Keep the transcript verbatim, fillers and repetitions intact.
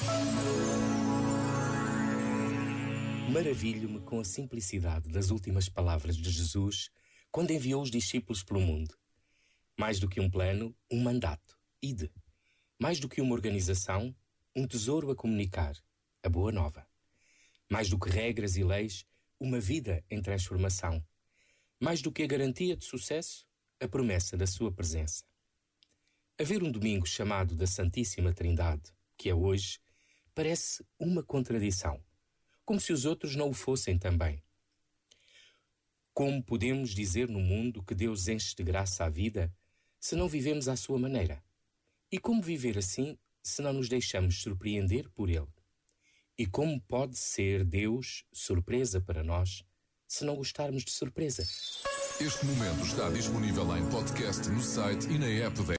Maravilho-me com a simplicidade das últimas palavras de Jesus quando enviou os discípulos pelo mundo. Mais do que um plano, um mandato, ide. Mais do que uma organização, um tesouro a comunicar, a boa nova. Mais do que regras e leis, uma vida em transformação. Mais do que a garantia de sucesso, a promessa da sua presença. Haver um domingo chamado da Santíssima Trindade, que é hoje, parece uma contradição, como se os outros não o fossem também. Como podemos dizer no mundo que Deus enche de graça a vida, se não vivemos à sua maneira? E como viver assim, se não nos deixamos surpreender por Ele? E como pode ser Deus surpresa para nós, se não gostarmos de surpresa? Este momento está disponível em podcast no site e na app da